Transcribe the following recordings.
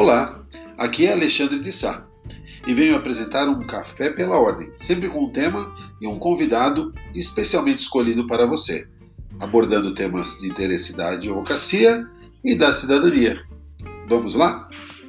Olá, aqui é Alexandre de Sá e venho apresentar um Café pela Ordem, sempre com um tema e um convidado especialmente escolhido para você, abordando temas de interesse da advocacia e da cidadania. Vamos lá?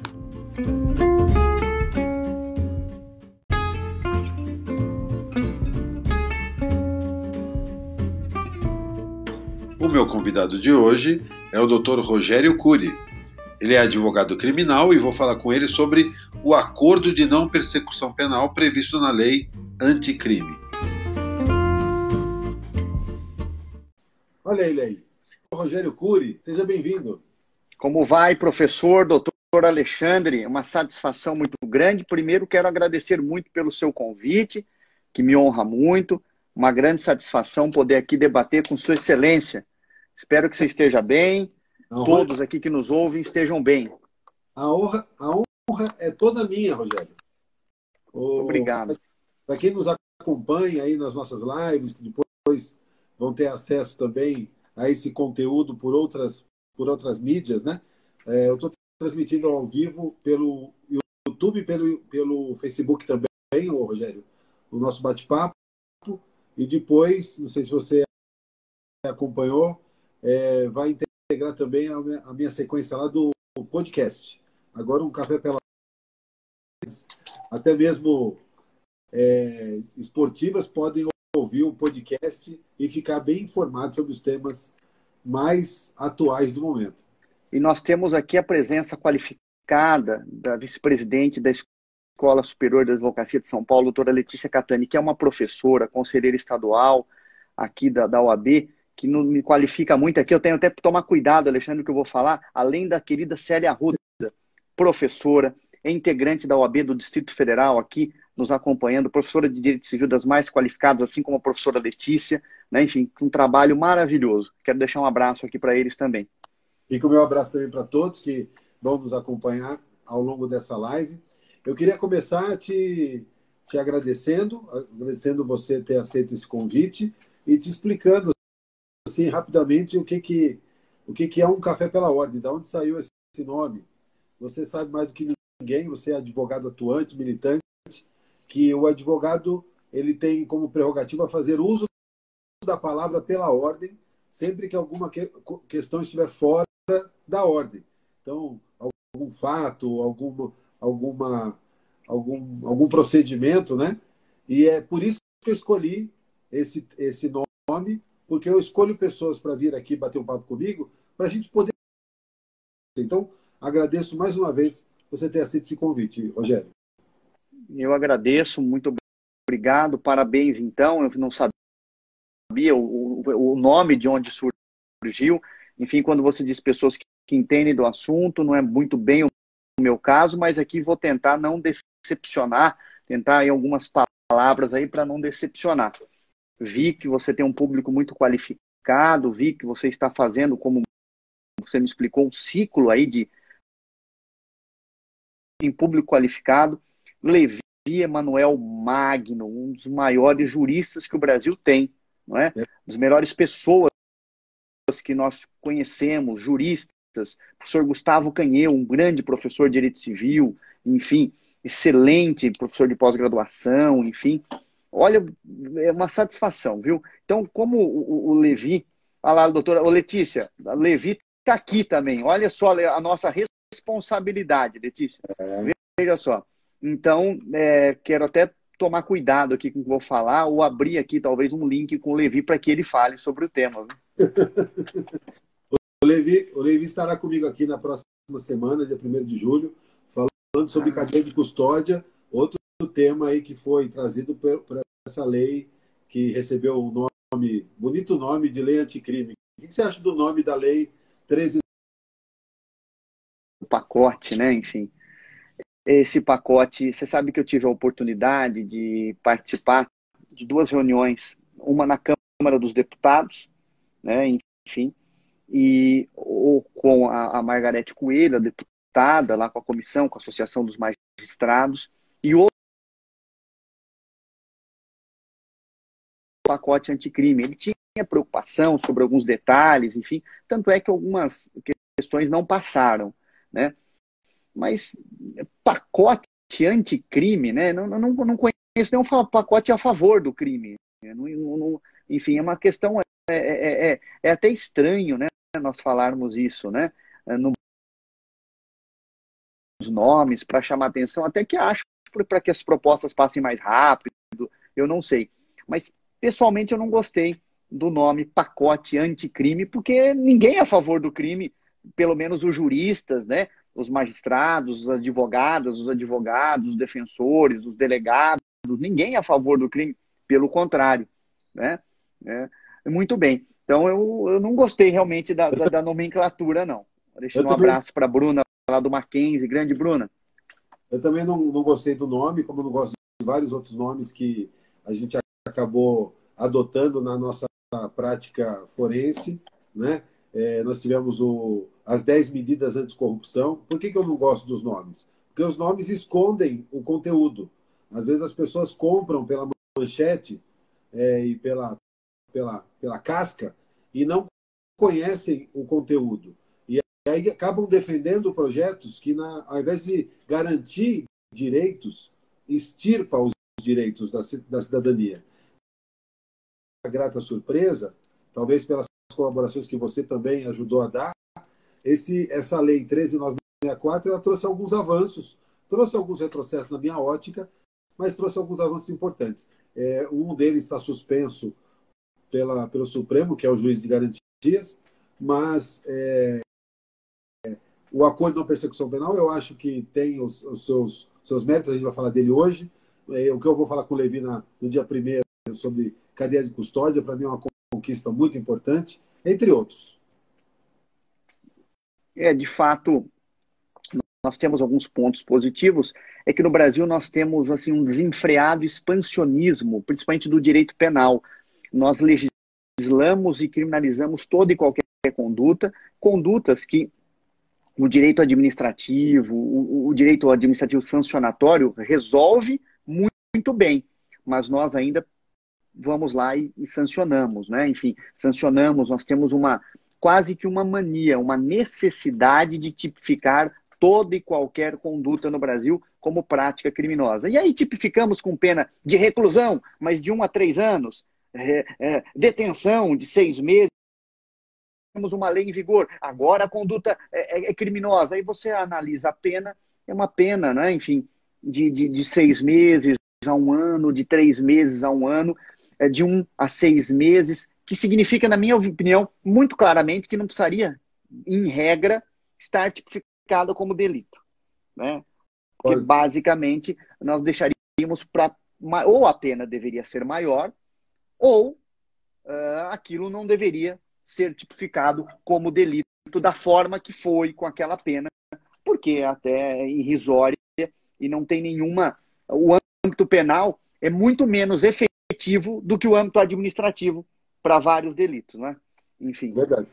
O meu convidado de hoje é o Dr. Rogério Cury. Ele é advogado criminal e vou falar com ele sobre o acordo de não persecução penal previsto na lei anticrime. Olha ele aí. Rogério Cury, seja bem-vindo. Como vai, professor, doutor Alexandre? É uma satisfação muito grande. Primeiro, quero agradecer muito pelo seu convite, que me honra muito. Uma grande satisfação poder aqui debater com Sua Excelência. Espero que você esteja bem, todos aqui que nos ouvem estejam bem. A honra é toda minha, Rogério. Obrigado. Para quem nos acompanha aí nas nossas lives, que depois vão ter acesso também a esse conteúdo por outras mídias, né? Eu estou transmitindo ao vivo pelo YouTube e pelo Facebook também, Rogério, o nosso bate-papo. E depois, não sei se você acompanhou, vai integrar também a minha sequência lá do podcast. Agora um café pela até mesmo esportivas podem ouvir o podcast e ficar bem informados sobre os temas mais atuais do momento. E nós temos aqui a presença qualificada da vice-presidente da Escola Superior da Advocacia de São Paulo, doutora Letícia Catani, que é uma professora, conselheira estadual aqui da OAB, que me qualifica muito aqui. Eu tenho até que tomar cuidado, Alexandre, do que eu vou falar, além da querida Célia Arruda, professora, é integrante da OAB do Distrito Federal aqui, nos acompanhando, professora de Direito Civil das mais qualificadas, assim como a professora Letícia, né? Enfim, um trabalho maravilhoso. Quero deixar um abraço aqui para eles também. Fica o meu abraço também para todos que vão nos acompanhar ao longo dessa live. Eu queria começar te agradecendo você ter aceito esse convite e te explicando assim rapidamente o que é um Café pela Ordem, de onde saiu esse nome. Você sabe mais do que ninguém, você é advogado atuante, militante, que o advogado ele tem como prerrogativa fazer uso da palavra pela ordem, sempre que alguma questão estiver fora da ordem. Então, algum fato, algum procedimento, né? E é por isso que eu escolhi esse nome, porque eu escolho pessoas para vir aqui bater um papo comigo, para a gente poder. Então, agradeço mais uma vez você ter aceito esse convite, Rogério. Eu agradeço, muito obrigado, parabéns então. Eu não sabia o nome de onde surgiu. Enfim, quando você diz pessoas que entendem do assunto, não é muito bem o meu caso, mas aqui vou tentar não decepcionar, tentar em algumas palavras aí para não decepcionar. Vi que você tem um público muito qualificado, vi que você está fazendo, como você me explicou, um ciclo aí em público qualificado. Levi Emanuel Magno, um dos maiores juristas que o Brasil tem, não é? Das melhores pessoas que nós conhecemos, juristas, professor Gustavo Canheu, um grande professor de Direito Civil, enfim, excelente professor de pós-graduação, enfim. Olha, é uma satisfação, viu? Então, como o Levi, olha lá, doutora Letícia, a Levi está aqui também. Olha só a nossa responsabilidade, Letícia. Veja só. Então, quero até tomar cuidado aqui com o que vou falar, ou abrir aqui talvez um link com o Levi para que ele fale sobre o tema. O Levi estará comigo aqui na próxima semana, dia 1º de julho, falando sobre cadeia de custódia, outro tema aí que foi trazido por essa lei que recebeu o bonito nome de lei anticrime. O que você acha do nome da lei 13? O pacote, né? Enfim. Esse pacote, você sabe que eu tive a oportunidade de participar de 2 reuniões, uma na Câmara dos Deputados, né? Enfim, ou com a Margarete Coelho, a deputada, lá com a comissão, com a Associação dos Magistrados, e outro pacote anticrime. Ele tinha preocupação sobre alguns detalhes, enfim, tanto é que algumas questões não passaram, né? Mas pacote anticrime, né? Não conheço nenhum pacote a favor do crime. Enfim, é uma questão, é até estranho, né? Nós falarmos isso, né? Nos nomes, para chamar atenção, até que acho para que as propostas passem mais rápido, eu não sei. Mas, pessoalmente, eu não gostei do nome pacote anticrime, porque ninguém é a favor do crime, pelo menos os juristas, né? Os magistrados, os advogados, os defensores, os delegados, ninguém é a favor do crime, pelo contrário, né? Muito bem. Então, eu não gostei realmente da nomenclatura, não. Deixando um abraço para a Bruna, lá do Mackenzie. Grande Bruna. Eu também não gostei do nome, como eu não gosto de vários outros nomes que a gente acabou adotando na nossa prática forense, né? Nós tivemos as 10 medidas anticorrupção. Por que eu não gosto dos nomes? Porque os nomes escondem o conteúdo. Às vezes as pessoas compram pela manchete e pela casca e não conhecem o conteúdo. E aí acabam defendendo projetos que, ao invés de garantir direitos, extirpa os direitos da cidadania. A grata surpresa, talvez pelas colaborações que você também ajudou a dar, essa lei 13.964, ela trouxe alguns avanços, trouxe alguns retrocessos na minha ótica, mas trouxe alguns avanços importantes. Um deles está suspenso pelo Supremo, que é o juiz de garantias, mas o acordo de não persecução penal, eu acho que tem os seus méritos, a gente vai falar dele hoje. O que eu vou falar com o Levi no dia 1º sobre cadeia de custódia, para mim é uma conquista muito importante, entre outros. De fato, nós temos alguns pontos positivos, é que no Brasil nós temos assim, um desenfreado expansionismo, principalmente do direito penal. Nós legislamos e criminalizamos toda e qualquer condutas que o direito administrativo, o direito administrativo sancionatório resolve muito bem, mas nós ainda vamos lá e sancionamos, né? Enfim, sancionamos, nós temos quase que uma mania, uma necessidade de tipificar toda e qualquer conduta no Brasil como prática criminosa. E aí tipificamos com pena de reclusão, mas de 1 a 3 anos, detenção de 6 meses, temos uma lei em vigor, agora a conduta é criminosa. Aí você analisa a pena, é uma pena, né? Enfim, de 6 meses a 1 ano, de 3 meses a 1 ano, de 1 a 6 meses, que significa, na minha opinião, muito claramente que não precisaria, em regra, estar tipificado como delito, né? Porque, basicamente, nós deixaríamos ou a pena deveria ser maior, ou aquilo não deveria ser tipificado como delito da forma que foi com aquela pena, porque é até irrisória e não tem nenhuma... O âmbito penal é muito menos efetivo do que o âmbito administrativo para vários delitos, né? Enfim. Verdade.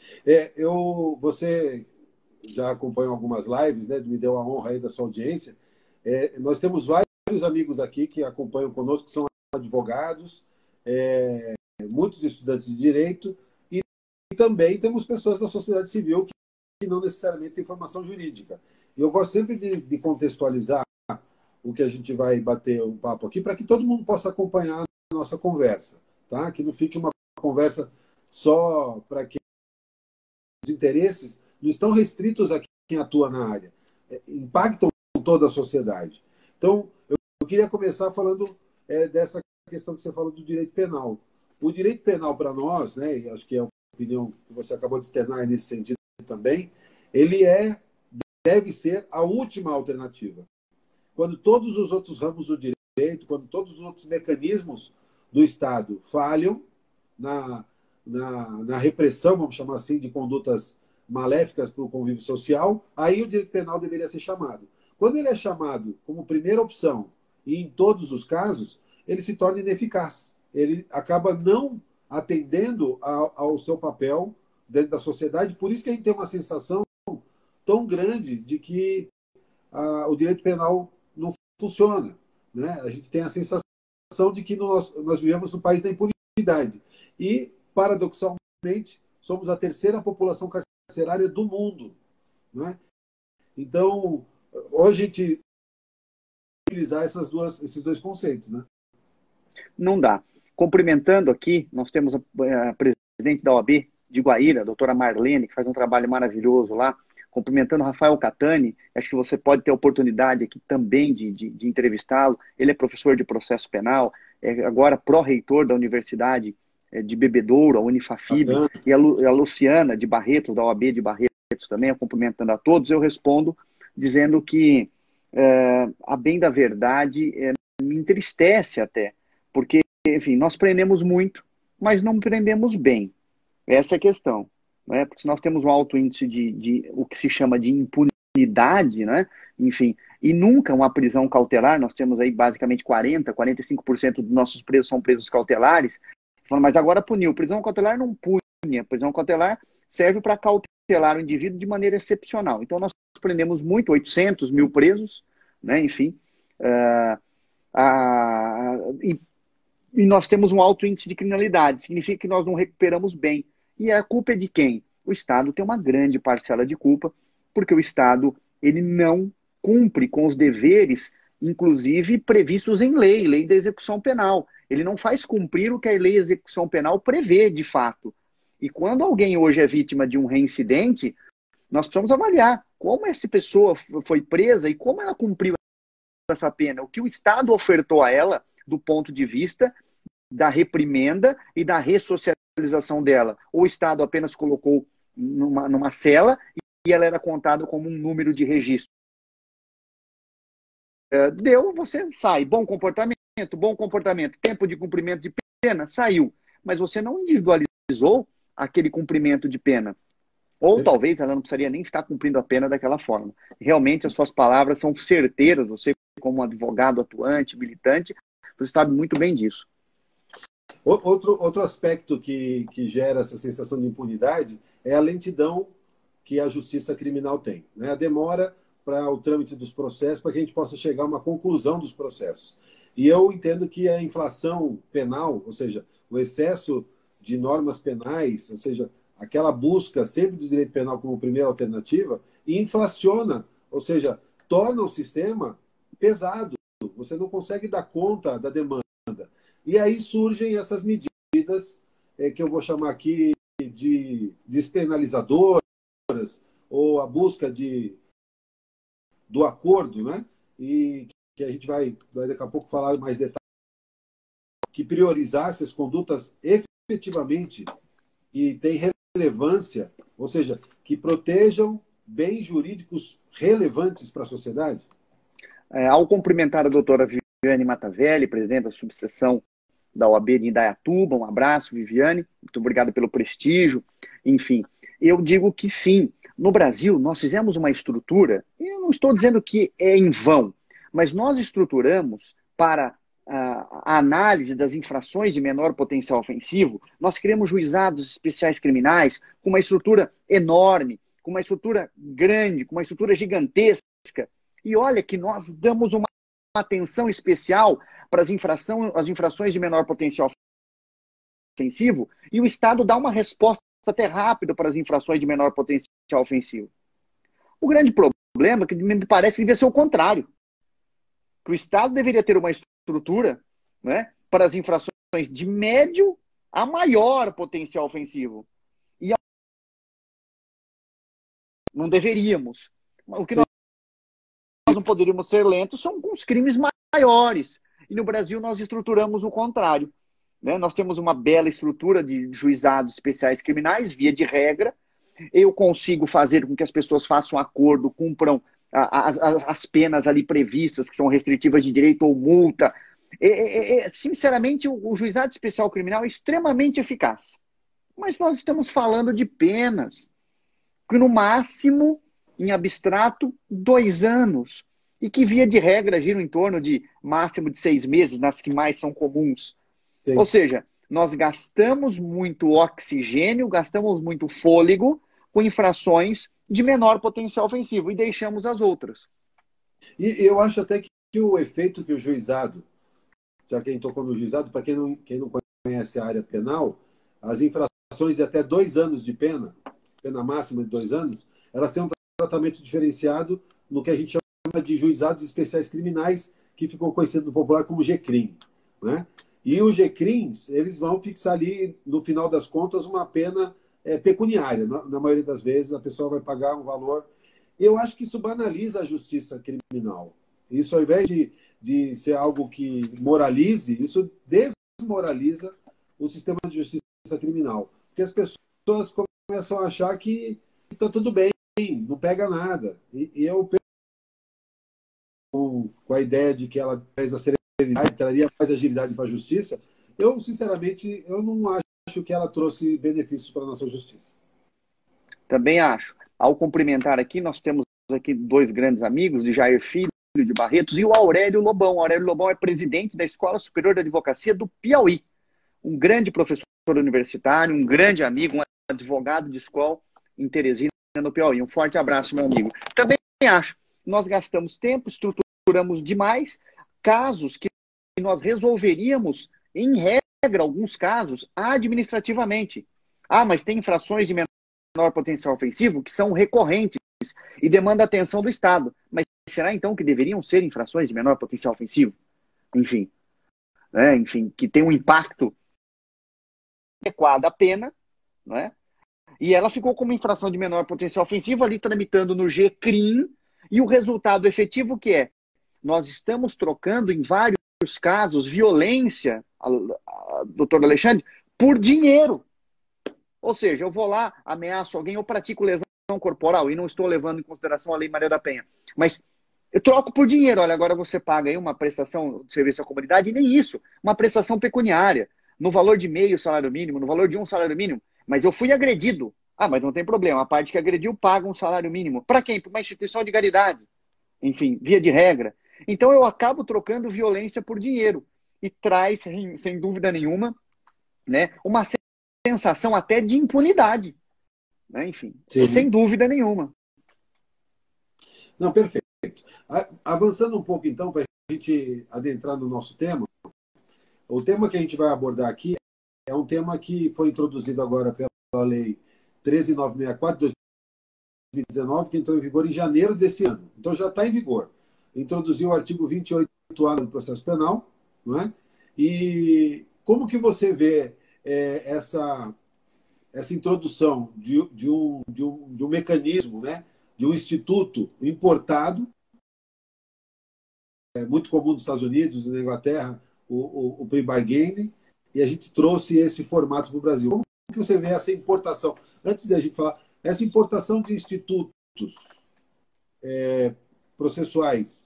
Você já acompanhou algumas lives, né? Me deu a honra aí da sua audiência. Nós temos vários amigos aqui que acompanham conosco, que são advogados, muitos estudantes de direito, e também temos pessoas da sociedade civil que não necessariamente têm formação jurídica. E eu gosto sempre de contextualizar o que a gente vai bater um papo aqui, para que todo mundo possa acompanhar a nossa conversa, tá? Que não fique uma conversa só para quem os interesses não estão restritos a quem atua na área, impactam toda a sociedade. Então, eu queria começar falando dessa questão que você falou do direito penal. O direito penal para nós, né, e acho que é a opinião que você acabou de externar nesse sentido também, ele deve ser a última alternativa. Quando todos os outros ramos do direito, quando todos os outros mecanismos do Estado falham na repressão, vamos chamar assim, de condutas maléficas para o convívio social, aí o direito penal deveria ser chamado. Quando ele é chamado como primeira opção, e em todos os casos, ele se torna ineficaz. Ele acaba não atendendo ao seu papel dentro da sociedade. Por isso que a gente tem uma sensação tão grande de que o direito penal não funciona, né? A gente tem a sensação de que nós vivemos no país da impunidade. E, paradoxalmente, somos a terceira população carcerária do mundo, né? Então, ou a gente utilizar esses dois conceitos, né? Não dá. Cumprimentando aqui, nós temos a presidente da OAB de Guaíra, a doutora Marlene, que faz um trabalho maravilhoso lá, cumprimentando o Rafael Catani. Acho que você pode ter a oportunidade aqui também de entrevistá-lo. Ele é professor de processo penal, é agora pró-reitor da Universidade de Bebedouro, a Unifafib, e a Luciana de Barretos, da OAB de Barretos também, cumprimentando a todos. Eu respondo dizendo que, a bem da verdade, me entristece até, porque, enfim, nós prendemos muito, mas não prendemos bem. Essa é a questão, né? Porque se nós temos um alto índice de o que se chama de impunidade, né? Enfim, e nunca uma prisão cautelar, nós temos aí basicamente 45% dos nossos presos são presos cautelares, mas agora puniu. Prisão cautelar não pune, a prisão cautelar serve para cautelar o indivíduo de maneira excepcional. Então nós prendemos muito, 800 mil presos, né? Enfim, e nós temos um alto índice de criminalidade, significa que nós não recuperamos bem. E a culpa é de quem? O Estado tem uma grande parcela de culpa, porque o Estado ele não cumpre com os deveres, inclusive previstos em lei da execução penal. Ele não faz cumprir o que a lei de execução penal prevê, de fato. E quando alguém hoje é vítima de um reincidente, nós precisamos avaliar como essa pessoa foi presa e como ela cumpriu essa pena, o que o Estado ofertou a ela do ponto de vista da reprimenda e da ressocialização dela. O Estado apenas colocou numa cela e ela era contada como um número de registro. Deu, você sai. Bom comportamento, tempo de cumprimento de pena, saiu. Mas você não individualizou aquele cumprimento de pena. Ou talvez ela não precisaria nem estar cumprindo a pena daquela forma. Realmente as suas palavras são certeiras, você como um advogado atuante, militante, você sabe muito bem disso. Outro aspecto que gera essa sensação de impunidade é a lentidão que a justiça criminal tem, né? A demora para o trâmite dos processos, para que a gente possa chegar a uma conclusão dos processos. E eu entendo que a inflação penal, ou seja, o excesso de normas penais, ou seja, aquela busca sempre do direito penal como primeira alternativa, inflaciona, ou seja, torna o sistema pesado. Você não consegue dar conta da demanda. E aí surgem essas medidas que eu vou chamar aqui de despenalizadoras, ou a busca do acordo, né? E que a gente vai daqui a pouco falar mais detalhes, que priorizasse as condutas efetivamente e tem relevância, ou seja, que protejam bens jurídicos relevantes para a sociedade? Ao cumprimentar a doutora Viviane Matavelli, presidente da subseção da OAB de Indaiatuba, um abraço, Viviane, muito obrigado pelo prestígio, enfim, eu digo que sim, no Brasil nós fizemos uma estrutura, e eu não estou dizendo que é em vão, mas nós estruturamos para a análise das infrações de menor potencial ofensivo, nós criamos juizados especiais criminais com uma estrutura enorme, com uma estrutura grande, com uma estrutura gigantesca. E olha que nós damos uma atenção especial para as infrações de menor potencial ofensivo e o Estado dá uma resposta até rápida para as infrações de menor potencial ofensivo. O grande problema é que me parece que devia ser o contrário. Que o Estado deveria ter uma estrutura, né, para as infrações de médio a maior potencial ofensivo. E não deveríamos. O que nós não poderíamos ser lentos são com os crimes maiores. E no Brasil nós estruturamos o contrário. Né? Nós temos uma bela estrutura de juizados especiais criminais, via de regra. Eu consigo fazer com que as pessoas façam acordo, cumpram as penas ali previstas, que são restritivas de direito ou multa. Sinceramente, o juizado especial criminal é extremamente eficaz. Mas nós estamos falando de penas que no máximo, em abstrato, 2 anos. E que, via de regra, giram em torno de máximo de 6 meses, nas que mais são comuns. Sim. Ou seja, nós gastamos muito oxigênio, gastamos muito fôlego com infrações de menor potencial ofensivo e deixamos as outras. E eu acho até que o efeito que o juizado, já que a gente tocou no juizado, para quem não conhece a área penal, as infrações de até 2 anos de pena máxima de 2 anos, elas têm um tratamento diferenciado no que a gente chama de juizados especiais criminais, que ficou conhecido no popular como GCRIM, né? E os GCRIMs, eles vão fixar ali, no final das contas, uma pena pecuniária. Na maioria das vezes, a pessoa vai pagar um valor. Eu acho que isso banaliza a justiça criminal. Isso, ao invés de ser algo que moralize, isso desmoraliza o sistema de justiça criminal. Porque as pessoas começam a achar que está tudo bem, não pega nada. E eu, com a ideia de que ela traz a serenidade, traria mais agilidade para a justiça, eu, sinceramente, eu não acho que ela trouxe benefícios para a nossa justiça. Também acho. Ao cumprimentar aqui, nós temos aqui dois grandes amigos, de Jair Filho de Barretos e o Aurélio Lobão. O Aurélio Lobão é presidente da Escola Superior de Advocacia do Piauí. Um grande professor universitário, um grande amigo, um advogado de escola em Teresina, no Piauí. Um forte abraço, meu amigo. Também acho, nós gastamos tempo, estruturamos demais casos que nós resolveríamos, em regra, alguns casos, administrativamente. Ah, mas tem infrações de menor potencial ofensivo que são recorrentes e demandam atenção do Estado. Mas será, então, que deveriam ser infrações de menor potencial ofensivo? Enfim, né? Enfim, que tem um impacto adequado à pena, né? E ela ficou como infração de menor potencial ofensivo ali tramitando no GCRIM, e o resultado efetivo que é? Nós estamos trocando em vários casos violência, doutor Alexandre, por dinheiro. Ou seja, eu vou lá, ameaço alguém, eu pratico lesão corporal e não estou levando em consideração a Lei Maria da Penha. Mas eu troco por dinheiro. Olha, agora você paga aí uma prestação de serviço à comunidade, e nem isso, uma prestação pecuniária, no valor de meio salário mínimo, no valor de um salário mínimo. Mas eu fui agredido. Ah, mas não tem problema. A parte que agrediu paga um salário mínimo. Para quem? Para uma instituição de caridade. Enfim, via de regra. Então eu acabo trocando violência por dinheiro. E traz, sem dúvida nenhuma, né, uma sensação até de impunidade. Né? Enfim, Sim. Sem dúvida nenhuma. Não, perfeito. Avançando um pouco, então, para a gente adentrar no nosso tema, o tema que a gente vai abordar aqui é um tema que foi introduzido agora pela Lei 13.964 de 2019, que entrou em vigor em janeiro desse ano. Então já está em vigor. Introduziu o artigo 28A do processo penal, não é? E como que você vê essa introdução de um mecanismo, né? De um instituto importado, muito comum nos Estados Unidos, na Inglaterra, o plea bargaining, e a gente trouxe esse formato para o Brasil. Como que você vê essa importação? Antes de a gente falar, essa importação de institutos processuais,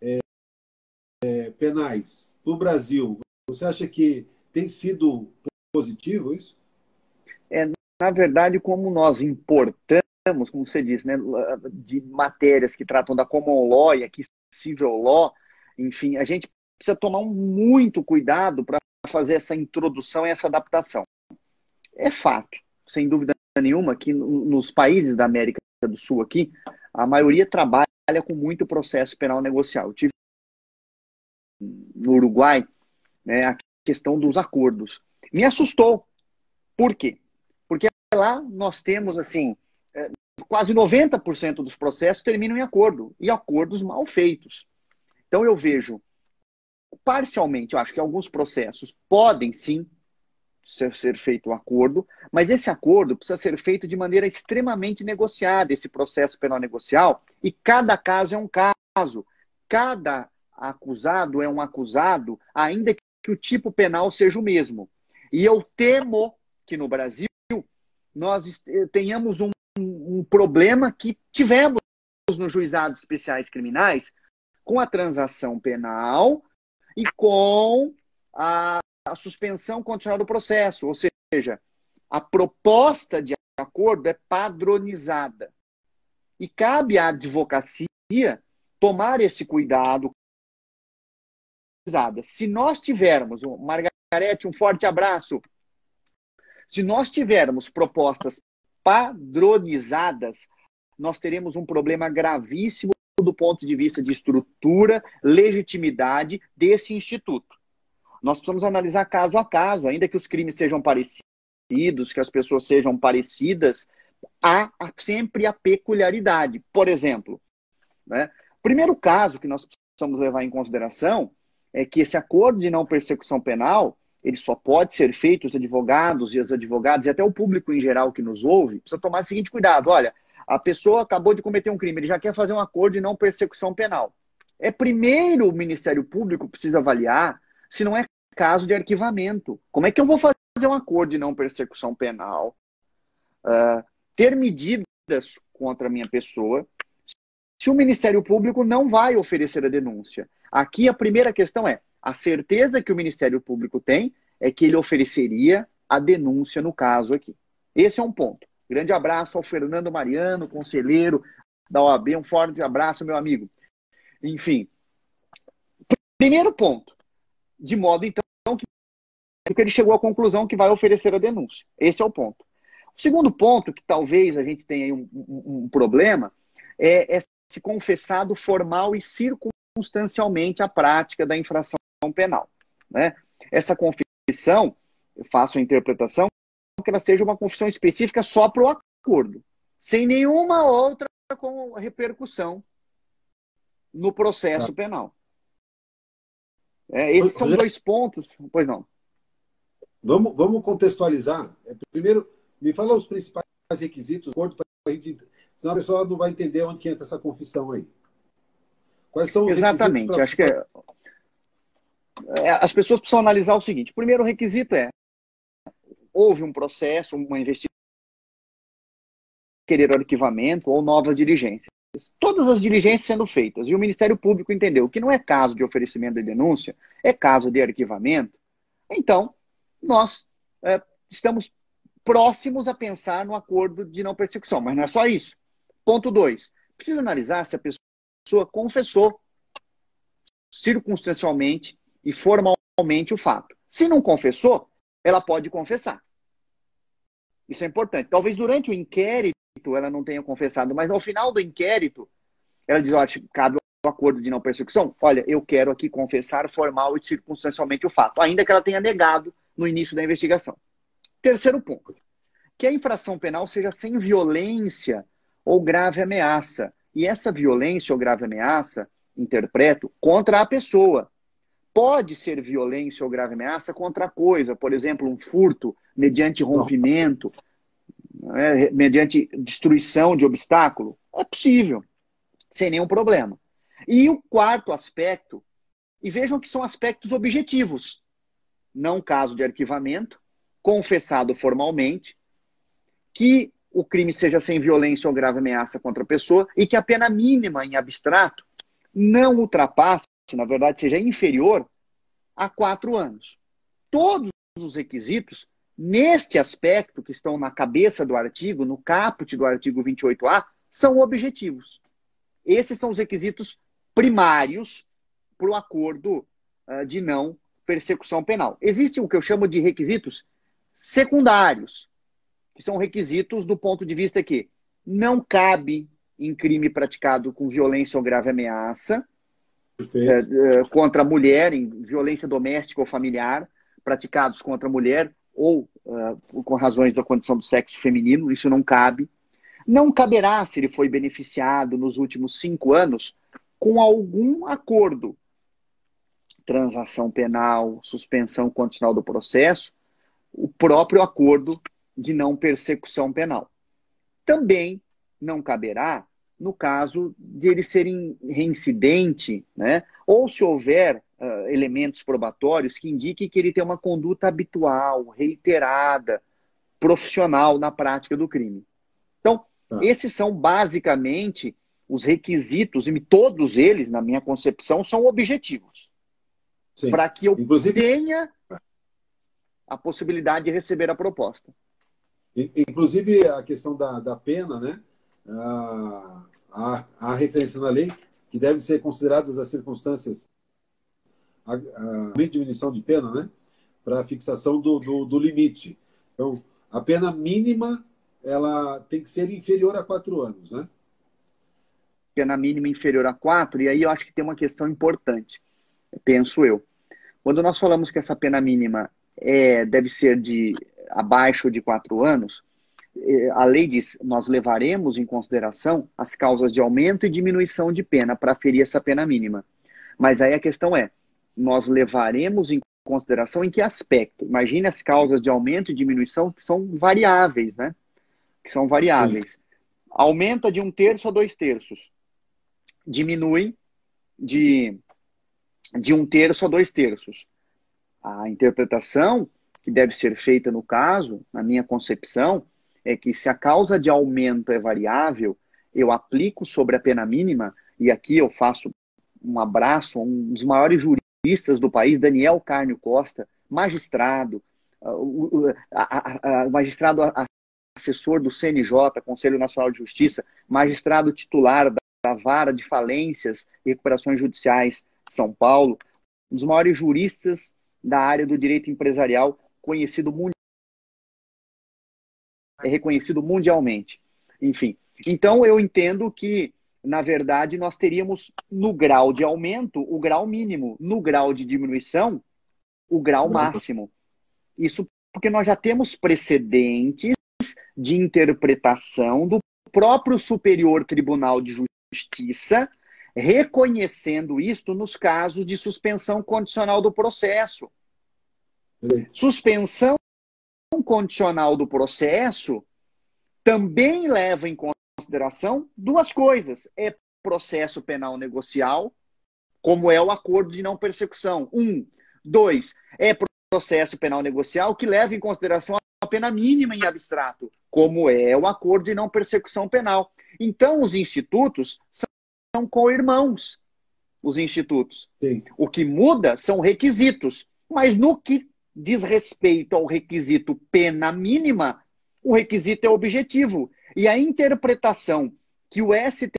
penais, para o Brasil, você acha que tem sido positivo isso? Na verdade, como nós importamos, como você disse, né, de matérias que tratam da common law e aqui civil law, enfim, a gente precisa tomar muito cuidado para fazer essa introdução e essa adaptação. É fato, sem dúvida nenhuma, que nos países da América do Sul aqui, a maioria trabalha com muito processo penal negocial. Eu tive no Uruguai, né, a questão dos acordos. Me assustou. Por quê? Porque lá nós temos, assim, quase 90% dos processos terminam em acordo, e acordos mal feitos. Então eu vejo, parcialmente, eu acho que alguns processos podem, sim, ser feito um acordo, mas esse acordo precisa ser feito de maneira extremamente negociada, esse processo penal negocial, e cada caso é um caso. Cada acusado é um acusado, ainda que o tipo penal seja o mesmo. E eu temo que no Brasil nós tenhamos um problema que tivemos nos juizados especiais criminais com a transação penal e com a suspensão condicional do processo. Ou seja, a proposta de acordo é padronizada. E cabe à advocacia tomar esse cuidado. Se nós tivermos, Margarete, um forte abraço. Se nós tivermos propostas padronizadas, nós teremos um problema gravíssimo do ponto de vista de estrutura, legitimidade desse instituto. Nós precisamos analisar caso a caso, ainda que os crimes sejam parecidos, que as pessoas sejam parecidas, há sempre a peculiaridade. Por exemplo, né, Primeiro caso que nós precisamos levar em consideração é que esse acordo de não persecução penal, ele só pode ser feito, os advogados e as advogadas, e até o público em geral que nos ouve, precisa tomar o seguinte cuidado. Olha, a pessoa acabou de cometer um crime, ele já quer fazer um acordo de não persecução penal. Primeiro o Ministério Público precisa avaliar se não é caso de arquivamento. Como é que eu vou fazer um acordo de não persecução penal, ter medidas contra a minha pessoa, se o Ministério Público não vai oferecer a denúncia? Aqui a primeira questão é, a certeza que o Ministério Público tem é que ele ofereceria a denúncia no caso aqui. Esse é um ponto. Grande abraço ao Fernando Mariano, conselheiro da OAB, um forte abraço, meu amigo. Enfim, primeiro ponto, de modo então que ele chegou à conclusão que vai oferecer a denúncia. Esse é o ponto. O segundo ponto, que talvez a gente tenha aí um problema, é se confessado formal e circunstancialmente a prática da infração penal, né? Essa confissão, eu faço a interpretação que ela seja uma confissão específica só para o acordo, sem nenhuma outra com repercussão no processo penal. Esses são dois pontos. Pois não. Vamos contextualizar. Primeiro, me fala os principais requisitos do acordo para a gente, senão a pessoa não vai entender onde que entra essa confissão aí. Quais são os Exatamente. Acho que as pessoas precisam analisar o seguinte. O primeiro requisito houve um processo, uma investigação, querer arquivamento ou novas diligências. Todas as diligências sendo feitas. E o Ministério Público entendeu que não é caso de oferecimento de denúncia, é caso de arquivamento. Então, nós estamos próximos a pensar no acordo de não persecução. Mas não é só isso. Ponto 2. Precisa analisar se a pessoa confessou circunstancialmente e formalmente o fato. Se não confessou, ela pode confessar. Isso é importante. Talvez durante o inquérito ela não tenha confessado, mas ao final do inquérito, ela diz, olha, cabe o acordo de não persecução, olha, eu quero aqui confessar formal e circunstancialmente o fato, ainda que ela tenha negado no início da investigação. Terceiro ponto, que a infração penal seja sem violência ou grave ameaça. E essa violência ou grave ameaça, interpreto, contra a pessoa. Pode ser violência ou grave ameaça contra a coisa, por exemplo, um furto mediante rompimento, mediante destruição de obstáculo. É possível, sem nenhum problema. E o quarto aspecto, e vejam que são aspectos objetivos, não caso de arquivamento, confessado formalmente, que o crime seja sem violência ou grave ameaça contra a pessoa e que a pena mínima em abstrato não ultrapasse, na verdade, seja inferior a 4 anos. Todos os requisitos, neste aspecto que estão na cabeça do artigo, no caput do artigo 28A, são objetivos. Esses são os requisitos primários para o acordo de não persecução penal. Existem o que eu chamo de requisitos secundários, que são requisitos do ponto de vista que não cabe em crime praticado com violência ou grave ameaça contra a mulher, em violência doméstica ou familiar, praticados contra a mulher ou com razões da condição do sexo feminino, isso não cabe. Não caberá se ele foi beneficiado nos últimos 5 anos com algum acordo, transação penal, suspensão condicional do processo, o próprio acordo de não persecução penal. Também não caberá no caso de ele ser reincidente, né? Ou se houver elementos probatórios que indiquem que ele tem uma conduta habitual, reiterada, profissional na prática do crime. Então, esses são basicamente os requisitos, e todos eles, na minha concepção, são objetivos. Para que eu tenha a possibilidade de receber a proposta. Inclusive, a questão da pena, né? Há referência na lei que devem ser consideradas as circunstâncias de diminuição de pena, né? Para a fixação do limite. Então, a pena mínima ela tem que ser inferior a 4 anos, né? Pena mínima inferior a 4, e aí eu acho que tem uma questão importante, penso eu. Quando nós falamos que essa pena mínima deve ser abaixo de 4 anos, a lei diz, nós levaremos em consideração as causas de aumento e diminuição de pena para aferir essa pena mínima. Mas aí a questão é, nós levaremos em consideração em que aspecto? Imagine as causas de aumento e diminuição que são variáveis, né? Que são variáveis. Sim. Aumenta de 1/3 a 2/3. Diminui de 1/3 a 2/3. A interpretação que deve ser feita no caso, na minha concepção, é que se a causa de aumento é variável, eu aplico sobre a pena mínima, e aqui eu faço um abraço a um dos maiores juristas do país, Daniel Carnio Costa, magistrado, magistrado assessor do CNJ, Conselho Nacional de Justiça, magistrado titular da Vara de Falências e Recuperações Judiciais de São Paulo, um dos maiores juristas da área do direito empresarial, reconhecido mundialmente. Enfim, então eu entendo que, na verdade, nós teríamos no grau de aumento o grau mínimo, no grau de diminuição o grau máximo. Isso porque nós já temos precedentes de interpretação do próprio Superior Tribunal de Justiça reconhecendo isto nos casos de suspensão condicional do processo. Suspensão condicional do processo também leva em consideração duas coisas. É processo penal negocial, como é o acordo de não persecução. 1. 2. É processo penal negocial que leva em consideração a pena mínima em abstrato, como é o acordo de não persecução penal. Então, os institutos são co-irmãos, os institutos. Sim. O que muda são requisitos, mas no que diz respeito ao requisito pena mínima, o requisito é objetivo. E a interpretação que o STF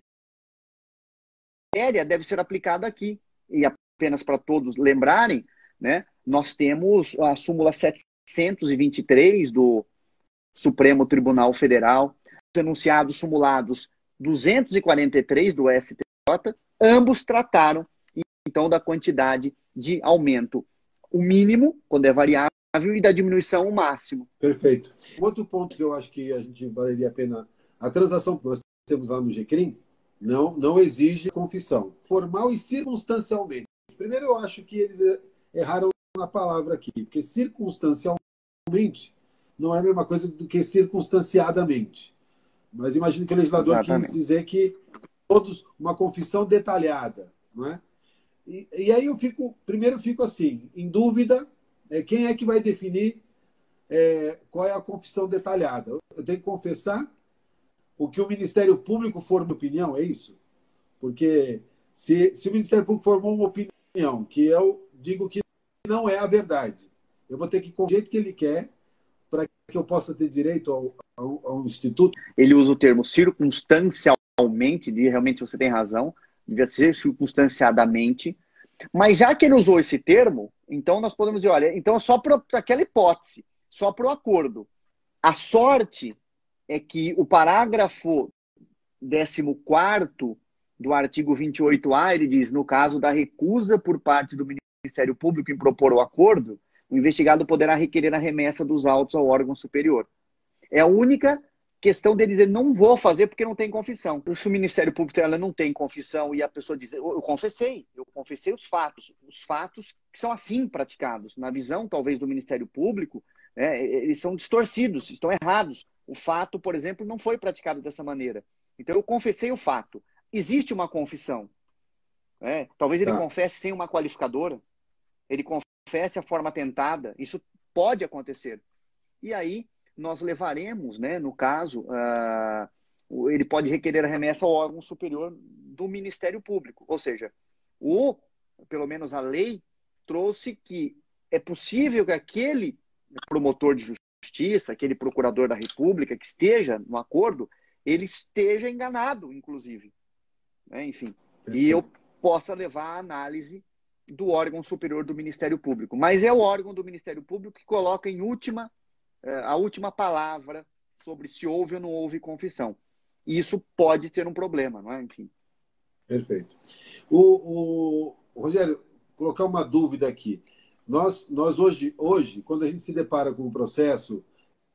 deve ser aplicada aqui. E apenas para todos lembrarem, né, nós temos a súmula 723 do Supremo Tribunal Federal, os enunciados simulados 243 do STJ, ambos trataram, então, da quantidade de aumento, o mínimo, quando é variável, e da diminuição, o máximo. Perfeito. Outro ponto que eu acho que a gente valeria a pena, a transação que nós temos lá no GCRIM não exige confissão, formal e circunstancialmente. Primeiro, eu acho que eles erraram na palavra aqui, porque circunstancialmente não é a mesma coisa do que circunstanciadamente. Mas imagino que o legislador quis dizer que todos uma confissão detalhada, não é? E aí eu fico assim, em dúvida, quem é que vai definir qual é a confissão detalhada? Eu tenho que confessar o que o Ministério Público for uma opinião, é isso? Porque se o Ministério Público formou uma opinião que eu digo que não é a verdade, eu vou ter que, com o jeito que ele quer, para que eu possa ter direito ao instituto. Ele usa o termo circunstancialmente, realmente você tem razão, devia ser circunstanciadamente, mas já que ele usou esse termo, então nós podemos dizer, olha, então só para aquela hipótese, só para o acordo. A sorte é que o parágrafo 14º do artigo 28A, ele diz, no caso da recusa por parte do Ministério Público em propor o acordo, o investigado poderá requerer a remessa dos autos ao órgão superior. É a única questão dele dizer, não vou fazer porque não tem confissão. Se o Ministério Público ela não tem confissão e a pessoa diz, eu confessei os fatos que são assim praticados. Na visão, talvez, do Ministério Público, eles são distorcidos, estão errados. O fato, por exemplo, não foi praticado dessa maneira. Então, eu confessei o fato. Existe uma confissão. Talvez ele confesse sem uma qualificadora, ele confesse a forma tentada, isso pode acontecer. E aí, nós levaremos, né, no caso, ele pode requerer a remessa ao órgão superior do Ministério Público. Ou seja, pelo menos a lei trouxe que é possível que aquele promotor de justiça, aquele procurador da República que esteja no acordo, ele esteja enganado, inclusive. Enfim, e eu possa levar a análise do órgão superior do Ministério Público. Mas é o órgão do Ministério Público que coloca a última palavra sobre se houve ou não houve confissão. E isso pode ter um problema, não é? Enfim. Perfeito. Rogério, colocar uma dúvida aqui. Nós hoje, quando a gente se depara com um processo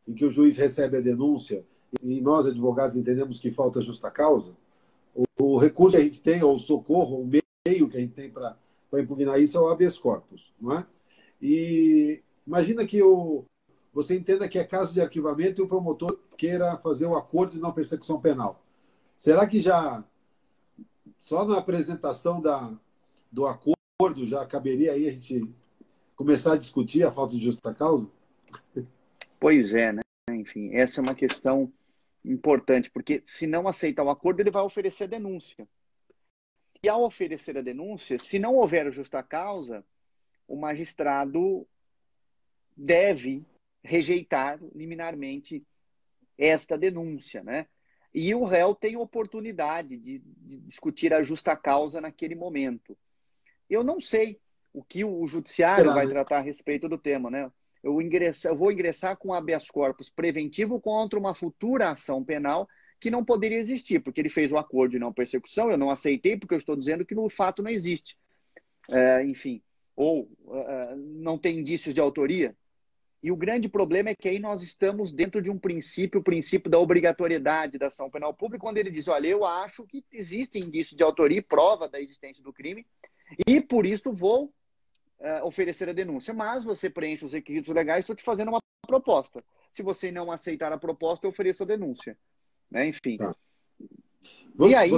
em que o juiz recebe a denúncia e nós, advogados, entendemos que falta justa causa, o recurso que a gente tem, ou o socorro, o meio que a gente tem para impugnar isso é o habeas corpus, não é? E imagina que você entenda que é caso de arquivamento e o promotor queira fazer o acordo de não persecução penal. Será que já, só na apresentação do acordo, já caberia aí a gente começar a discutir a falta de justa causa? Pois é, né? Enfim, essa é uma questão importante, porque se não aceitar o acordo, ele vai oferecer a denúncia. E ao oferecer a denúncia, se não houver justa causa, o magistrado deve rejeitar liminarmente esta denúncia, né? E o réu tem oportunidade de discutir a justa causa naquele momento. Eu não sei o que o judiciário vai tratar a respeito do tema, né? Eu vou ingressar com habeas corpus preventivo contra uma futura ação penal que não poderia existir, porque ele fez o acordo de não persecução, eu não aceitei porque eu estou dizendo que no fato não existe. Enfim, ou não tem indícios de autoria. E o grande problema é que aí nós estamos dentro de um princípio, o princípio da obrigatoriedade da ação penal pública, quando ele diz, olha, eu acho que existe indício de autoria e prova da existência do crime, e por isso vou oferecer a denúncia. Mas você preenche os requisitos legais, estou te fazendo uma proposta. Se você não aceitar a proposta, eu ofereço a denúncia. Né? Enfim. Tá. E aí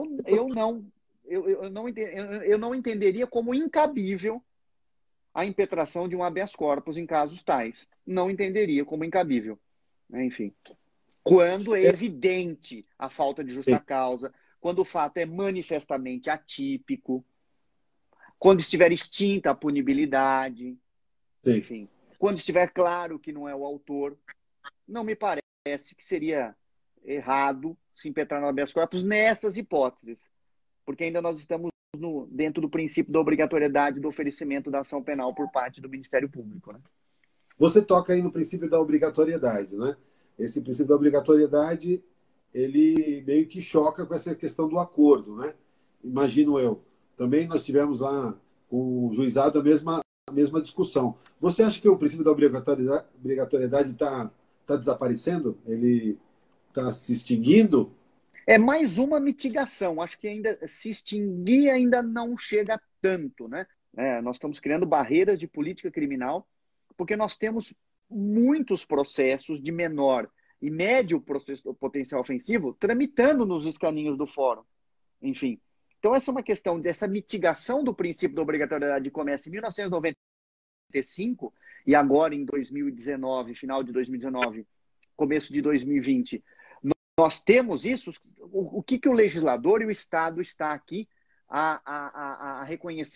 eu não entenderia como incabível a impetração de um habeas corpus em casos tais. Não entenderia como incabível. Enfim. Quando é evidente a falta de justa causa, quando o fato é manifestamente atípico, quando estiver extinta a punibilidade, Sim. Enfim, quando estiver claro que não é o autor, não me parece que seria errado se impetrar no habeas corpus nessas hipóteses, porque ainda nós estamos dentro do princípio da obrigatoriedade do oferecimento da ação penal por parte do Ministério Público. Né? Você toca aí no princípio da obrigatoriedade, né? Esse princípio da obrigatoriedade, ele meio que choca com essa questão do acordo, né? Imagino eu. Também nós tivemos lá com o juizado a mesma discussão. Você acha que o princípio da obrigatoriedade está desaparecendo? Ele está se extinguindo? É mais uma mitigação. Acho que ainda se extinguir ainda não chega tanto, né? Nós estamos criando barreiras de política criminal porque nós temos muitos processos de menor e médio potencial ofensivo tramitando nos escaninhos do fórum. Enfim. Então, essa é uma questão dessa mitigação do princípio da obrigatoriedade que começa em 1995 e agora em 2019, final de 2019, começo de 2020. Nós temos isso. O que o legislador e o Estado está aqui a reconhecer?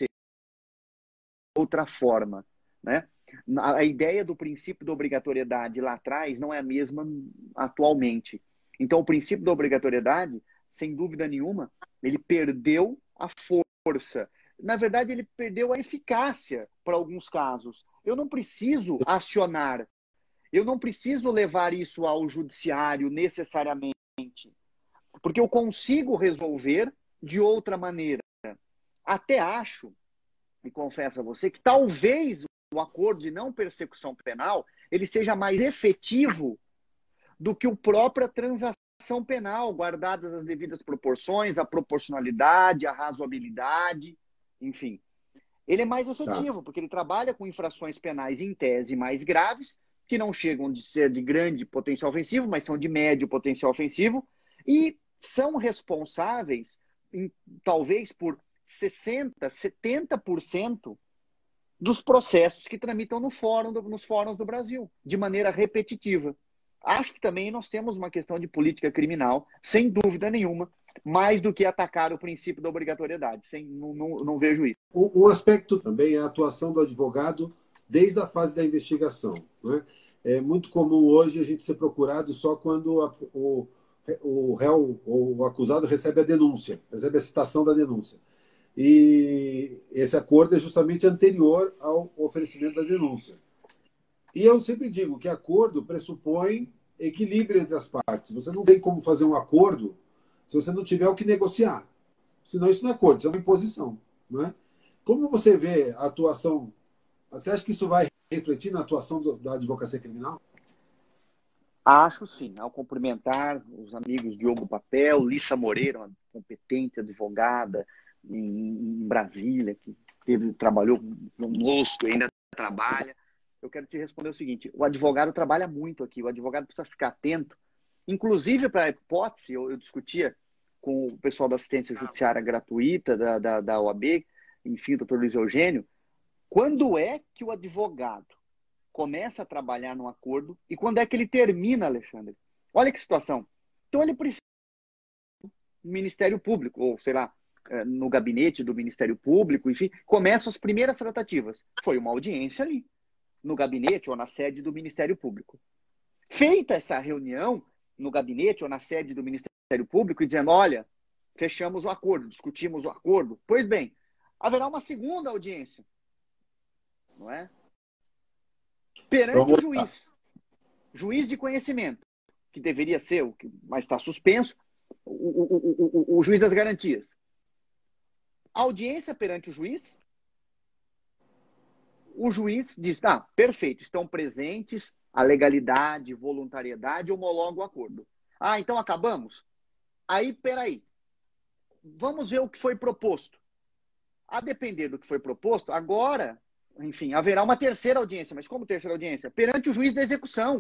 Outra forma, né? A ideia do princípio da obrigatoriedade lá atrás não é a mesma atualmente. Então, o princípio da obrigatoriedade, sem dúvida nenhuma, ele perdeu a força. Na verdade, ele perdeu a eficácia para alguns casos. Eu não preciso acionar, eu não preciso levar isso ao judiciário necessariamente, porque eu consigo resolver de outra maneira. Até acho, e confesso a você, que talvez o acordo de não persecução penal ele seja mais efetivo do que a própria transação penal, guardadas as devidas proporções, a proporcionalidade, a razoabilidade, enfim. Ele é mais efetivo, porque ele trabalha com infrações penais em tese mais graves, que não chegam de ser de grande potencial ofensivo, mas são de médio potencial ofensivo, e são responsáveis, talvez, por 60%, 70% dos processos que tramitam nos fóruns do Brasil, de maneira repetitiva. Acho que também nós temos uma questão de política criminal, sem dúvida nenhuma, mais do que atacar o princípio da obrigatoriedade. Não vejo isso. Um aspecto também é a atuação do advogado desde a fase da investigação. Né? É muito comum hoje a gente ser procurado só quando o réu ou o acusado recebe a denúncia, recebe a citação da denúncia. E esse acordo é justamente anterior ao oferecimento da denúncia. E eu sempre digo que acordo pressupõe equilíbrio entre as partes. Você não tem como fazer um acordo se você não tiver o que negociar. Senão isso não é acordo, isso é uma imposição. Não é? Como você vê a atuação? Você acha que isso vai refletir na atuação da advocacia criminal? Acho sim, ao cumprimentar os amigos Diogo Papel, Lissa Moreira, uma competente advogada em Brasília, que trabalhou conosco e ainda trabalha. Eu quero te responder o seguinte: o advogado trabalha muito aqui, o advogado precisa ficar atento, inclusive para a hipótese, eu discutia com o pessoal da assistência judiciária gratuita da OAB, enfim, o doutor Luiz Eugênio, quando é que o advogado começa a trabalhar num acordo e quando é que ele termina, Alexandre? Olha que situação. Então ele precisa do Ministério Público, ou sei lá, no gabinete do Ministério Público, enfim, começam as primeiras tratativas. Foi uma audiência ali, no gabinete ou na sede do Ministério Público. Feita essa reunião no gabinete ou na sede do Ministério Público e dizendo, olha, fechamos o acordo, discutimos o acordo. Pois bem, haverá uma segunda audiência, não é? Perante o juiz de conhecimento, que deveria ser o que, mas está suspenso, o juiz das garantias. A audiência perante o juiz diz, tá, perfeito, estão presentes a legalidade, voluntariedade, homologa o acordo. Ah, então acabamos? Aí, peraí, vamos ver o que foi proposto. A depender do que foi proposto, agora, enfim, haverá uma terceira audiência. Mas como terceira audiência? Perante o juiz da execução.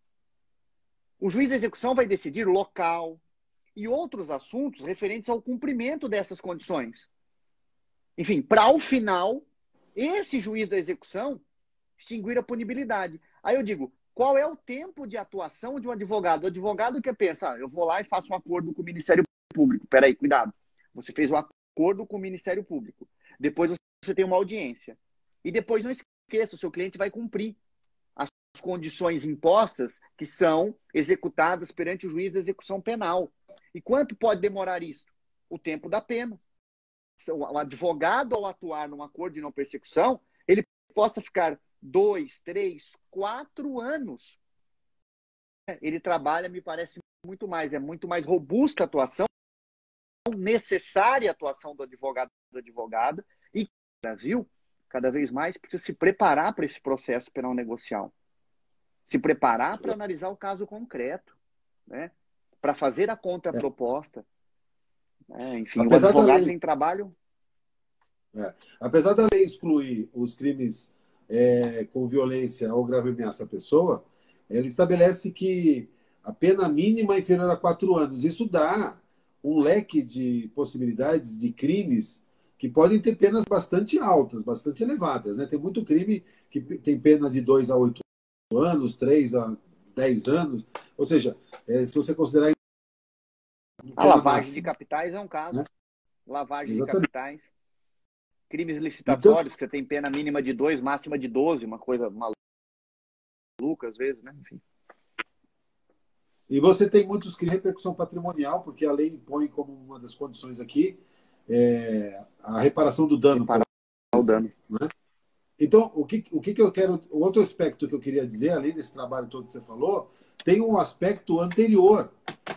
O juiz da execução vai decidir o local e outros assuntos referentes ao cumprimento dessas condições. Enfim, para ao final, esse juiz da execução extinguir a punibilidade. Aí eu digo, qual é o tempo de atuação de um advogado? O advogado que pensa, eu vou lá e faço um acordo com o Ministério Público. Peraí, cuidado. Você fez um acordo com o Ministério Público. Depois você tem uma audiência. E depois não esqueça, o seu cliente vai cumprir as condições impostas que são executadas perante o juiz de execução penal. E quanto pode demorar isso? O tempo da pena. O advogado, ao atuar num acordo de não persecução, ele possa ficar 2, 3, 4 anos. Ele trabalha, me parece, muito mais. É muito mais robusta a atuação, necessária a atuação do advogado da advogada. E o Brasil, cada vez mais, precisa se preparar para esse processo penal negocial. Se preparar para analisar o caso concreto, né? Para fazer a contraproposta. Enfim, Apesar o advogado lei, tem trabalho... Apesar da lei excluir os crimes com violência ou grave ameaça à pessoa, ela estabelece que a pena mínima é inferior a 4 anos. Isso dá um leque de possibilidades de crimes que podem ter penas bastante altas, bastante elevadas, né? Tem muito crime que tem pena de 2 a 8 anos, 3 a 10 anos. Ou seja, se você considerar... A lavagem de capitais é um caso. Né? Lavagem Exatamente. de capitais. Crimes licitatórios, que você tem pena mínima de 2, máxima de 12, uma coisa maluca às vezes, né? Enfim. E você tem muitos crimes de repercussão patrimonial, porque a lei impõe como uma das condições aqui a reparação do dano. Reparar o dano. Né? Então, o que eu quero... O outro aspecto que eu queria dizer, além desse trabalho todo que você falou, tem um aspecto anterior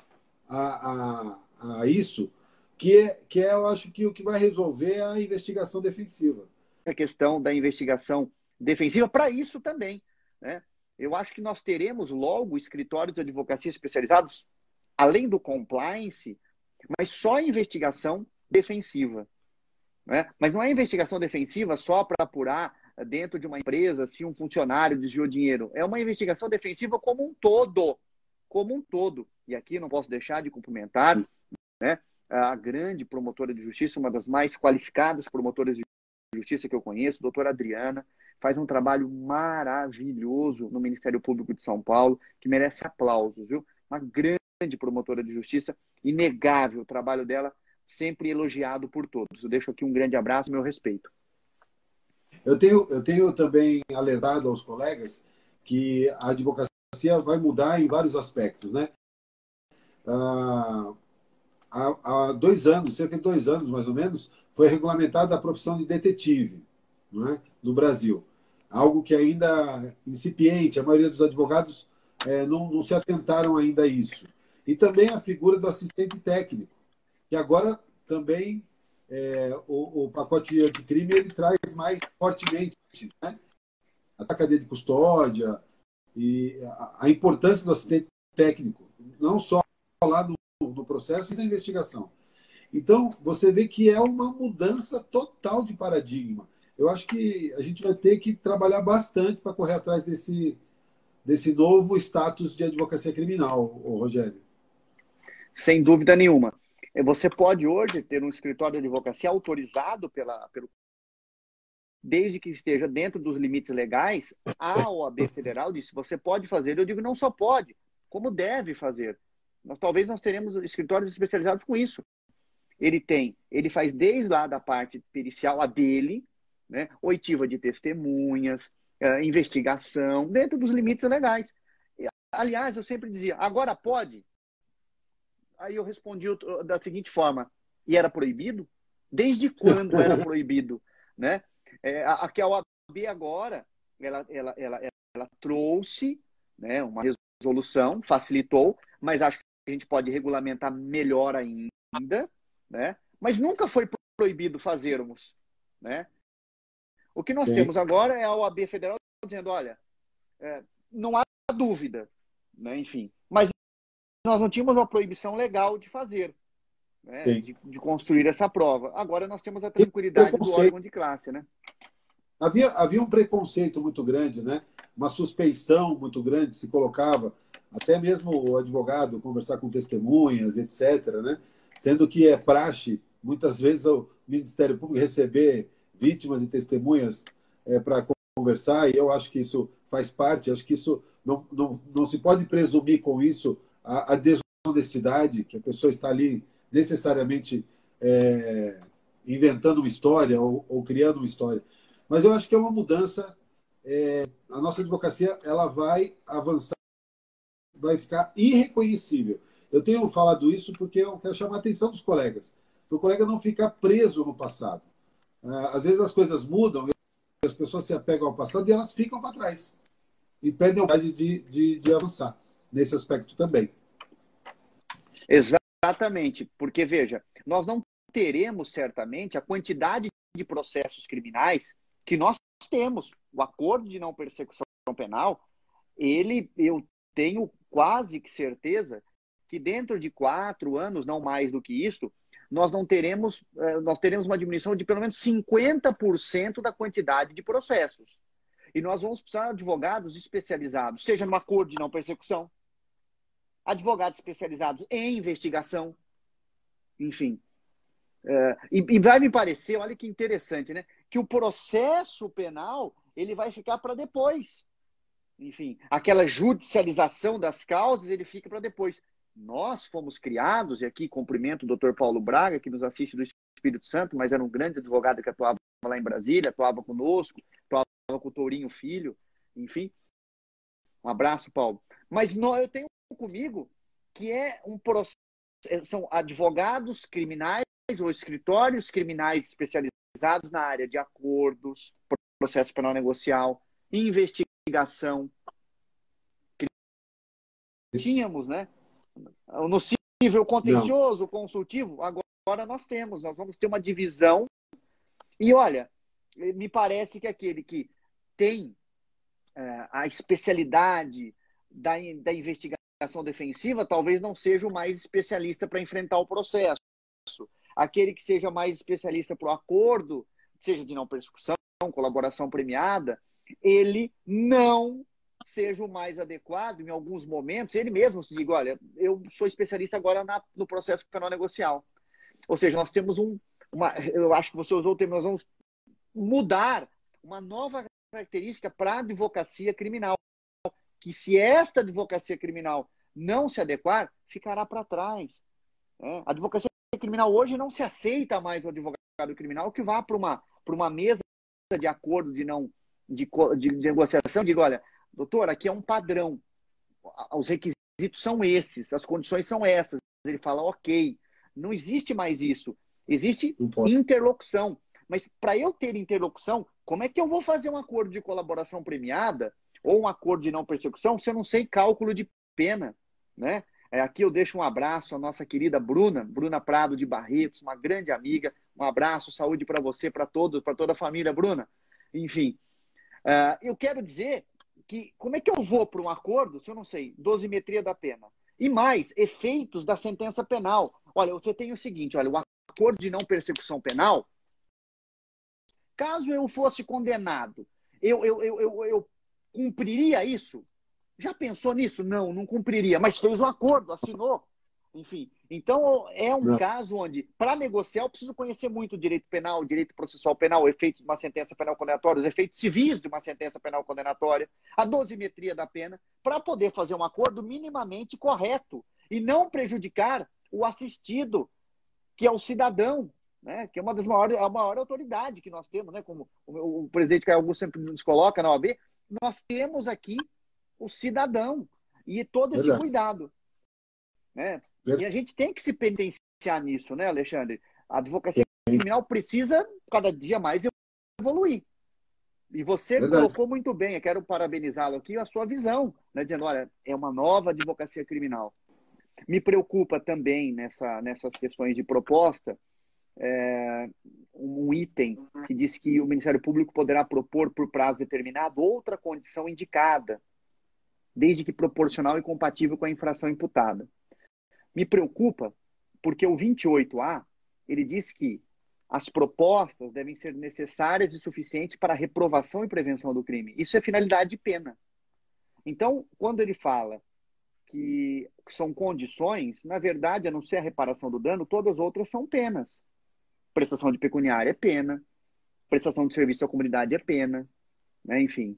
a isso, que eu acho que o que vai resolver é a investigação defensiva. A questão da investigação defensiva, para isso também, né? Eu acho que nós teremos logo escritórios de advocacia especializados, além do compliance, mas só investigação defensiva. Né? Mas não é investigação defensiva só para apurar dentro de uma empresa se um funcionário desviou dinheiro. É uma investigação defensiva como um todo. Como um todo. E aqui não posso deixar de cumprimentar, né, a grande promotora de justiça, uma das mais qualificadas promotoras de justiça que eu conheço, a doutora Adriana, faz um trabalho maravilhoso no Ministério Público de São Paulo, que merece aplausos, viu? Uma grande promotora de justiça, inegável o trabalho dela, sempre elogiado por todos. Eu deixo aqui um grande abraço e meu respeito. Eu tenho também alertado aos colegas que a advocacia vai mudar em vários aspectos, né? Há 2 anos, cerca de 2 anos mais ou menos, foi regulamentada a profissão de detetive, não é? No Brasil. Algo que ainda é incipiente, a maioria dos advogados não se atentaram ainda a isso. E também a figura do assistente técnico, que agora também o pacote anticrime ele traz mais fortemente, né? A cadeia de custódia e a importância do assistente técnico, não só lá no processo e na investigação. Então, você vê que é uma mudança total de paradigma. Eu acho que a gente vai ter que trabalhar bastante para correr atrás desse novo status de advocacia criminal, Rogério. Sem dúvida nenhuma. Você pode hoje ter um escritório de advocacia autorizado pelo desde que esteja dentro dos limites legais. A OAB Federal disse, você pode fazer. Eu digo, não só pode, como deve fazer. Talvez nós teremos escritórios especializados com isso. Ele faz desde lá da parte pericial, a dele, né, oitiva de testemunhas, investigação, dentro dos limites legais. Aliás, eu sempre dizia, agora pode? Aí eu respondi da seguinte forma, e era proibido? Desde quando era proibido? Né? A OAB agora, ela trouxe, né, uma resolução, facilitou, mas acho que a gente pode regulamentar melhor ainda, né? Mas nunca foi proibido fazermos, né? O que nós temos agora é a OAB Federal dizendo, olha, não há dúvida, né? Enfim, mas nós não tínhamos uma proibição legal de fazer, né? De construir essa prova. Agora nós temos a tranquilidade do órgão de classe, né? Havia um preconceito muito grande, né? Uma suspeição muito grande, se colocava, até mesmo o advogado conversar com testemunhas, etc., né? Sendo que é praxe, muitas vezes, o Ministério Público receber vítimas e testemunhas para conversar, e eu acho que isso faz parte, acho que isso não se pode presumir com isso a desonestidade, que a pessoa está ali necessariamente inventando uma história ou criando uma história. Mas eu acho que é uma mudança. A nossa advocacia ela vai avançar, vai ficar irreconhecível. Eu tenho falado isso porque eu quero chamar a atenção dos colegas, para o colega não ficar preso no passado. Às vezes as coisas mudam, as pessoas se apegam ao passado e elas ficam para trás. E perdem a oportunidade de avançar nesse aspecto também. Exatamente, porque, veja, nós não teremos certamente a quantidade de processos criminais que nós temos. O acordo de não persecução penal, eu tenho quase que certeza que dentro de 4 anos, não mais do que isso, nós teremos uma diminuição de pelo menos 50% da quantidade de processos. E nós vamos precisar de advogados especializados, seja no acordo de não persecução, advogados especializados em investigação, enfim. E vai me parecer, olha que interessante, né? Que o processo penal ele vai ficar para depois. Enfim, aquela judicialização das causas, ele fica para depois. Nós fomos criados, e aqui cumprimento o Dr. Paulo Braga, que nos assiste do Espírito Santo, mas era um grande advogado que atuava lá em Brasília, atuava conosco, atuava com o Tourinho Filho, enfim. Um abraço, Paulo. Mas eu tenho comigo que são advogados criminais ou escritórios criminais especializados na área de acordos, processo penal negocial, investigação. Tínhamos, né? No nível contencioso, consultivo, agora nós vamos ter uma divisão. E olha, me parece que aquele que tem a especialidade da investigação defensiva talvez não seja o mais especialista para enfrentar o processo. Aquele que seja mais especialista para o acordo, seja de não persecução, colaboração premiada, ele não seja o mais adequado em alguns momentos, ele mesmo se diga, olha, eu sou especialista agora no processo penal negocial. Ou seja, nós temos eu acho que você usou o termo, nós vamos mudar uma nova característica para a advocacia criminal, que se esta advocacia criminal não se adequar, ficará para trás. A advocacia criminal hoje não se aceita mais o advogado criminal que vá para uma mesa de acordo de negociação, diga, olha, doutor, aqui é um padrão, os requisitos são esses, as condições são essas. Ele fala, ok, não existe mais isso, existe interlocução. Mas para eu ter interlocução, como é que eu vou fazer um acordo de colaboração premiada ou um acordo de não persecução se eu não sei cálculo de pena, né? Aqui eu deixo um abraço à nossa querida Bruna Prado de Barretos, uma grande amiga. Um abraço, saúde para você, para toda a família, Bruna. Enfim, eu quero dizer como é que eu vou para um acordo se eu não sei dosimetria da pena? E mais, efeitos da sentença penal. Olha, você tem o seguinte, olha, o acordo de não persecução penal, caso eu fosse condenado, eu cumpriria isso? Já pensou nisso? Não, não cumpriria, mas fez um acordo, assinou. Enfim, então é um caso onde, para negociar, eu preciso conhecer muito o direito penal, o direito processual penal, o efeito de uma sentença penal condenatória, os efeitos civis de uma sentença penal condenatória, a dosimetria da pena, para poder fazer um acordo minimamente correto e não prejudicar o assistido, que é o cidadão, né? Que é uma das maiores, a maior autoridade que nós temos, né? Como o presidente Caio Augusto sempre nos coloca na OAB, nós temos aqui o cidadão e todo esse cuidado, né? E a gente tem que se penitenciar nisso, né, Alexandre? A advocacia criminal precisa cada dia mais evoluir. E você colocou muito bem, eu quero parabenizá-lo aqui, a sua visão, né, dizendo, olha, é uma nova advocacia criminal. Me preocupa também nessas questões de proposta, um item que diz que o Ministério Público poderá propor por prazo determinado outra condição indicada, desde que proporcional e compatível com a infração imputada. Me preocupa porque o 28A, ele diz que as propostas devem ser necessárias e suficientes para a reprovação e prevenção do crime. Isso é finalidade de pena. Então, quando ele fala que são condições, na verdade, a não ser a reparação do dano, todas as outras são penas. Prestação de pecuniária é pena, prestação de serviço à comunidade é pena, né? Enfim.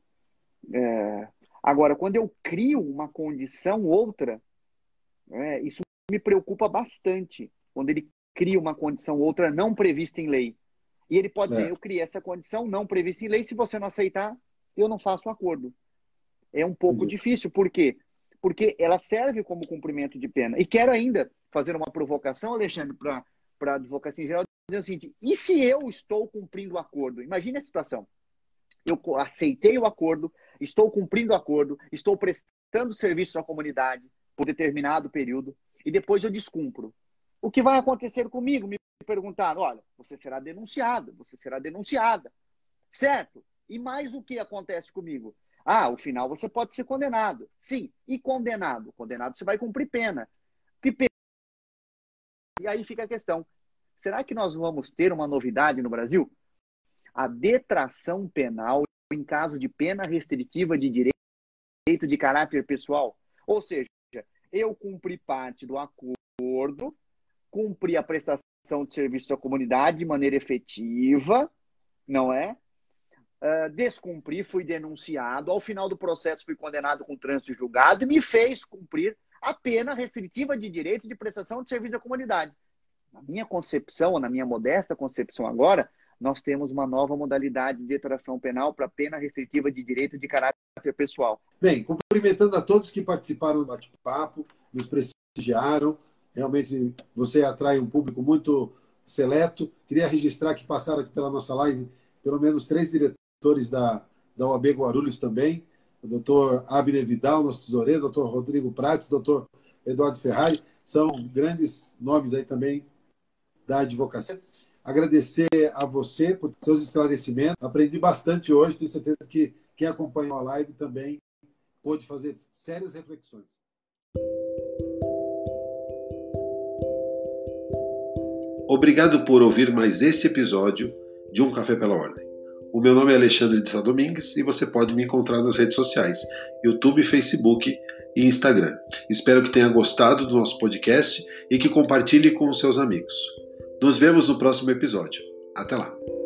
Agora, quando eu crio uma condição outra, isso me preocupa bastante, quando ele cria uma condição outra não prevista em lei. E ele pode dizer, eu criei essa condição não prevista em lei, se você não aceitar, eu não faço o acordo. É um pouco difícil. Por quê? Porque ela serve como cumprimento de pena. E quero ainda fazer uma provocação, Alexandre, para a advocacia em geral, dizendo o seguinte, e se eu estou cumprindo o acordo? Imagine a situação. Eu aceitei o acordo, estou cumprindo o acordo, estou prestando serviço à comunidade por determinado período, e depois eu descumpro. O que vai acontecer comigo? Me perguntaram, olha, você será denunciado, você será denunciada. Certo? E mais o que acontece comigo? Ao final você pode ser condenado. Sim, e condenado? Condenado você vai cumprir pena. Que pena? E aí fica a questão, será que nós vamos ter uma novidade no Brasil? A detração penal em caso de pena restritiva de direito de caráter pessoal. Ou seja, eu cumpri parte do acordo, cumpri a prestação de serviço à comunidade de maneira efetiva, não é? Descumpri, fui denunciado, ao final do processo fui condenado com trânsito julgado e me fez cumprir a pena restritiva de direito de prestação de serviço à comunidade. Na minha concepção, na minha modesta concepção agora, nós temos uma nova modalidade de detração penal para pena restritiva de direito de caráter pessoal. Bem, cumprimentando a todos que participaram do bate-papo, nos prestigiaram. Realmente você atrai um público muito seleto. Queria registrar que passaram aqui pela nossa live pelo menos 3 diretores da OAB Guarulhos também. O doutor Abner Vidal, nosso tesoureiro, o doutor Rodrigo Prates, o doutor Eduardo Ferrari. São grandes nomes aí também da advocacia. Agradecer a você por seus esclarecimentos. Aprendi bastante hoje. Tenho certeza que quem acompanhou a live também pôde fazer sérias reflexões. Obrigado por ouvir mais esse episódio de Um Café pela Ordem. O meu nome é Alexandre de Sá Domingues e você pode me encontrar nas redes sociais, YouTube, Facebook e Instagram. Espero que tenha gostado do nosso podcast e que compartilhe com os seus amigos. Nos vemos no próximo episódio. Até lá!